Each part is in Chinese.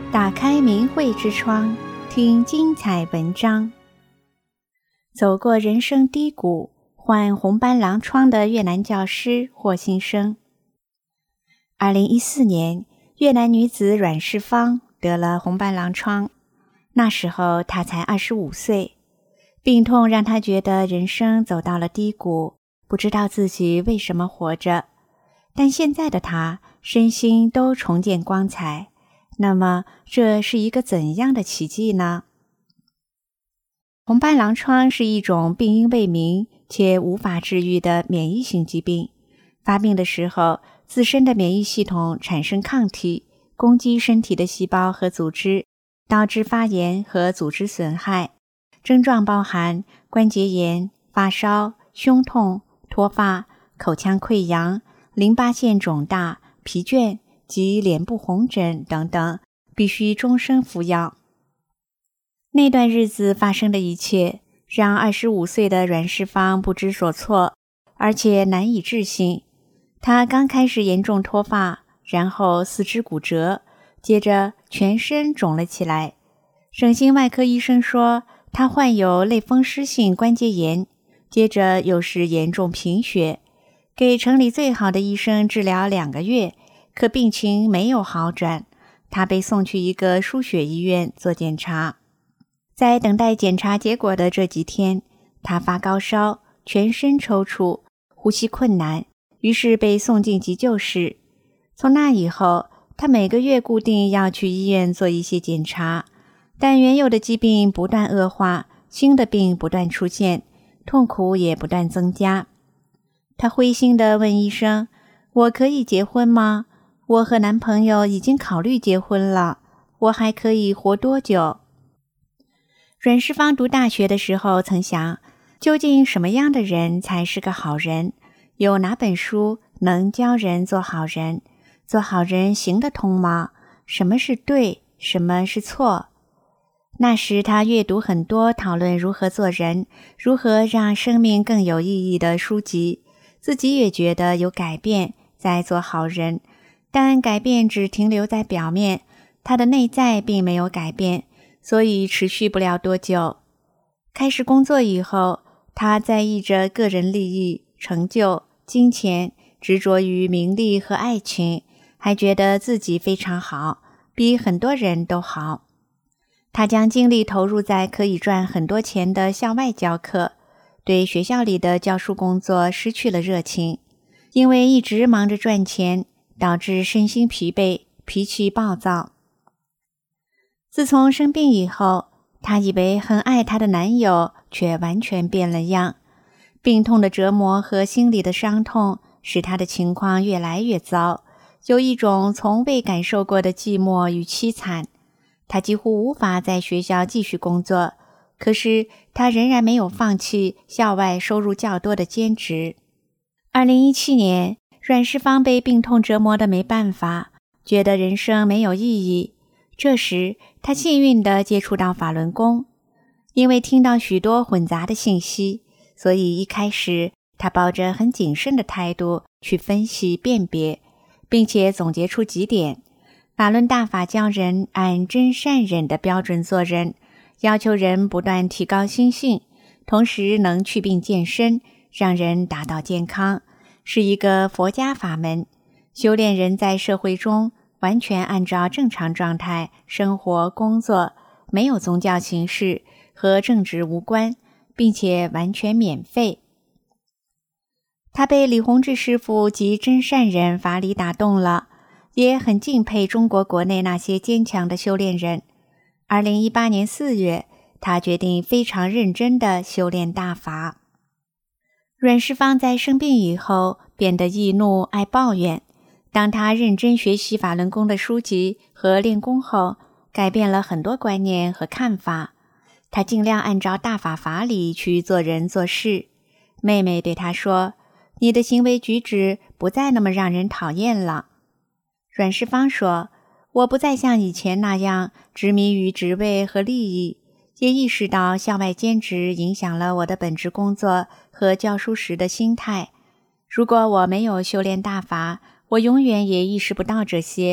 打开明慧之窗，听精彩文章。走过人生低谷，患红斑狼疮的越南教师获新生。2014年，越南女子阮世芳得了红斑狼疮，那时候她才25岁，病痛让她觉得人生走到了低谷，不知道自己为什么活着。但现在的她身心都重见光彩，那么这是一个怎样的奇迹呢？红斑狼疮是一种病因未明且无法治愈的免疫性疾病，发病的时候，自身的免疫系统产生抗体，攻击身体的细胞和组织，导致发炎和组织损害。症状包含关节炎、发烧、胸痛、脱发、口腔溃疡、淋巴腺肿大、疲倦及脸部红疹等等，必须终生服药。那段日子发生的一切，让25岁的阮世芳不知所措，而且难以置信。她刚开始严重脱发，然后四肢骨折，接着全身肿了起来。整形外科医生说，她患有类风湿性关节炎，接着又是严重贫血，给城里最好的医生治疗2个月，可病情没有好转。她被送去一个输血医院做检查。在等待检查结果的这几天，她发高烧，全身抽搐，呼吸困难，于是被送进急救室。从那以后，她每个月固定要去医院做一些检查，但原有的疾病不断恶化，新的病不断出现，痛苦也不断增加。她灰心地问医生：“我可以结婚吗？我和男朋友已经考虑结婚了，我还可以活多久？”阮世芳读大学的时候曾想，究竟什么样的人才是个好人？有哪本书能教人做好人？做好人行得通吗？什么是对，什么是错？那时他阅读很多讨论如何做人，如何让生命更有意义的书籍，自己也觉得有改变，在做好人，但改变只停留在表面，他的内在并没有改变，所以持续不了多久。开始工作以后，他在意着个人利益、成就、金钱，执着于名利和爱情，还觉得自己非常好，比很多人都好。他将精力投入在可以赚很多钱的校外教课，对学校里的教书工作失去了热情，因为一直忙着赚钱，导致身心疲惫，脾气暴躁。自从生病以后，她以为很爱她的男友，却完全变了样。病痛的折磨和心理的伤痛使她的情况越来越糟，有一种从未感受过的寂寞与凄惨。她几乎无法在学校继续工作，可是她仍然没有放弃校外收入较多的兼职。2017年，阮世芳被病痛折磨得没办法，觉得人生没有意义。这时，他幸运地接触到法轮功，因为听到许多混杂的信息，所以一开始他抱着很谨慎的态度去分析辨别，并且总结出几点。法轮大法教人按真善忍的标准做人，要求人不断提高心性，同时能祛病健身，让人达到健康，是一个佛家法门，修炼人在社会中完全按照正常状态生活工作，没有宗教形式，和政治无关，并且完全免费。他被李洪志师傅及真善忍法理打动了，也很敬佩中国国内那些坚强的修炼人。2018年4月，他决定非常认真地修炼大法。阮世芳在生病以后变得易怒爱抱怨，当他认真学习法轮功的书籍和练功后，改变了很多观念和看法。他尽量按照大法法理去做人做事。妹妹对他说：“你的行为举止不再那么让人讨厌了。”阮世芳说：“我不再像以前那样执迷于职位和利益，也意识到校外兼职影响了我的本职工作和教书时的心态。如果我没有修炼大法，我永远也意识不到这些，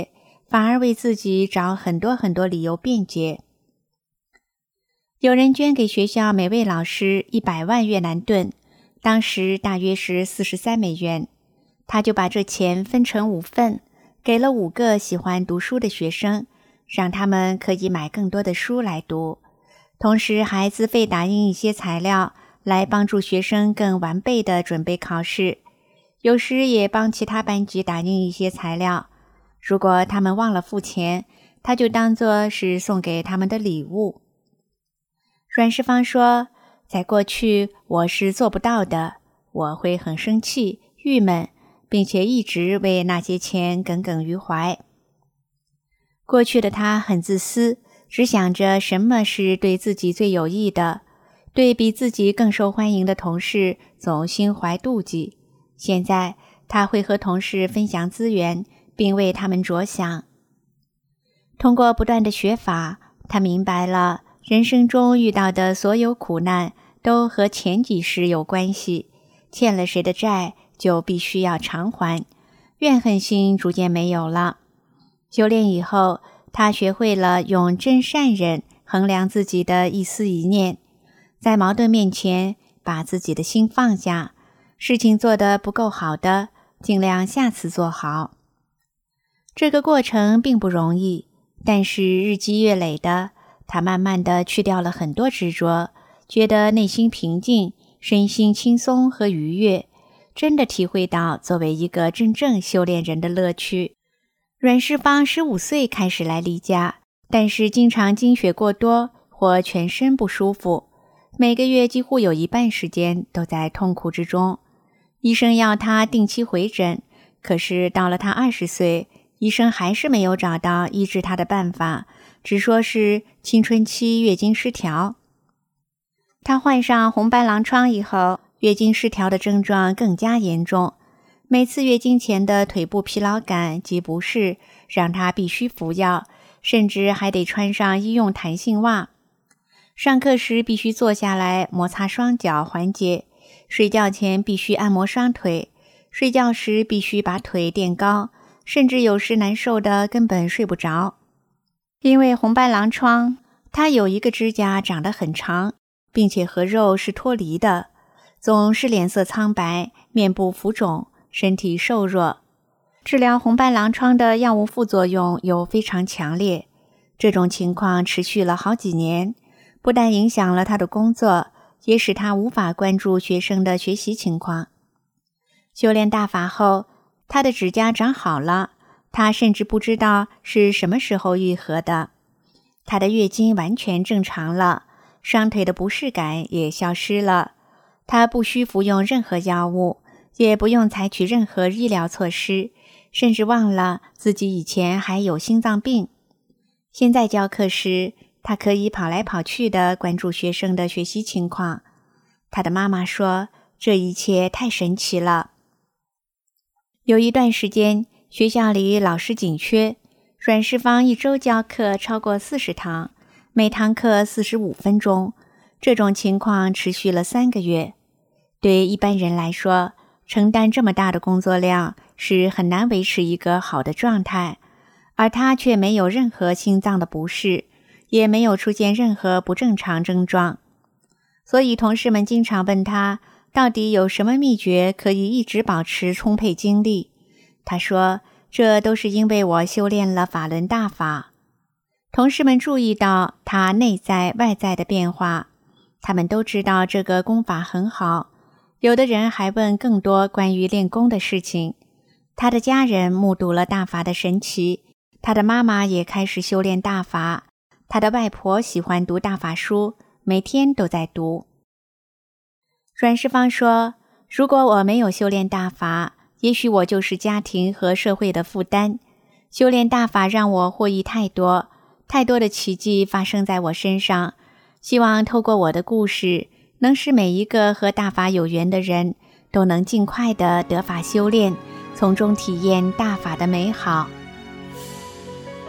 反而为自己找很多理由辩解。有人捐给学校每位老师100万越南盾，当时大约是43美元，他就把这钱分成5份，给了5个喜欢读书的学生，让他们可以买更多的书来读，同时还自费打印一些材料来帮助学生更完备地准备考试，有时也帮其他班级打印一些材料，如果他们忘了付钱，他就当作是送给他们的礼物。阮世芳说，在过去我是做不到的，我会很生气、郁闷，并且一直为那些钱耿耿于怀。过去的他很自私，只想着什么是对自己最有益的，对比自己更受欢迎的同事总心怀妒忌。现在他会和同事分享资源，并为他们着想。通过不断的学法，他明白了人生中遇到的所有苦难都和前几世有关系，欠了谁的债就必须要偿还，怨恨心逐渐没有了。修炼以后，他学会了用真善忍衡量自己的一思一念，在矛盾面前把自己的心放下，事情做得不够好的，尽量下次做好。这个过程并不容易，但是日积月累的，他慢慢地去掉了很多执着，觉得内心平静，身心轻松和愉悦，真的体会到作为一个真正修炼人的乐趣。阮世芳15岁开始来例假，但是经常经血过多或全身不舒服，每个月几乎有一半时间都在痛苦之中。医生要他定期回诊，可是到了他20岁，医生还是没有找到医治他的办法，只说是青春期月经失调。他患上红斑狼疮以后，月经失调的症状更加严重，每次月经前的腿部疲劳感及不适让他必须服药，甚至还得穿上医用弹性袜。上课时必须坐下来摩擦双脚缓解，睡觉前必须按摩双腿，睡觉时必须把腿垫高，甚至有时难受的根本睡不着。因为红斑狼疮，他有一个指甲长得很长，并且和肉是脱离的，总是脸色苍白，面部浮肿，身体瘦弱。治疗红斑狼疮的药物副作用又非常强烈，这种情况持续了好几年，不但影响了他的工作，也使他无法关注学生的学习情况。修炼大法后，他的指甲长好了，他甚至不知道是什么时候愈合的。他的月经完全正常了，双腿的不适感也消失了。他不需服用任何药物，也不用采取任何医疗措施，甚至忘了自己以前还有心脏病。现在教课时，他可以跑来跑去地关注学生的学习情况。他的妈妈说，这一切太神奇了。有一段时间，学校里老师紧缺，阮世芳一周教课超过40堂，每堂课45分钟，这种情况持续了3个月。对一般人来说，承担这么大的工作量是很难维持一个好的状态，而他却没有任何心脏的不适，也没有出现任何不正常症状。所以同事们经常问他，到底有什么秘诀可以一直保持充沛精力？他说，这都是因为我修炼了法轮大法。同事们注意到他内在外在的变化，他们都知道这个功法很好，有的人还问更多关于练功的事情。他的家人目睹了大法的神奇，他的妈妈也开始修炼大法，他的外婆喜欢读大法书，每天都在读。阮世芳说，如果我没有修炼大法，也许我就是家庭和社会的负担。修炼大法让我获益太多，太多的奇迹发生在我身上。希望透过我的故事，能使每一个和大法有缘的人都能尽快地得法修炼，从中体验大法的美好。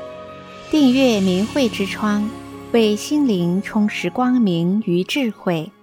订阅明慧之窗，为心灵充实光明与智慧。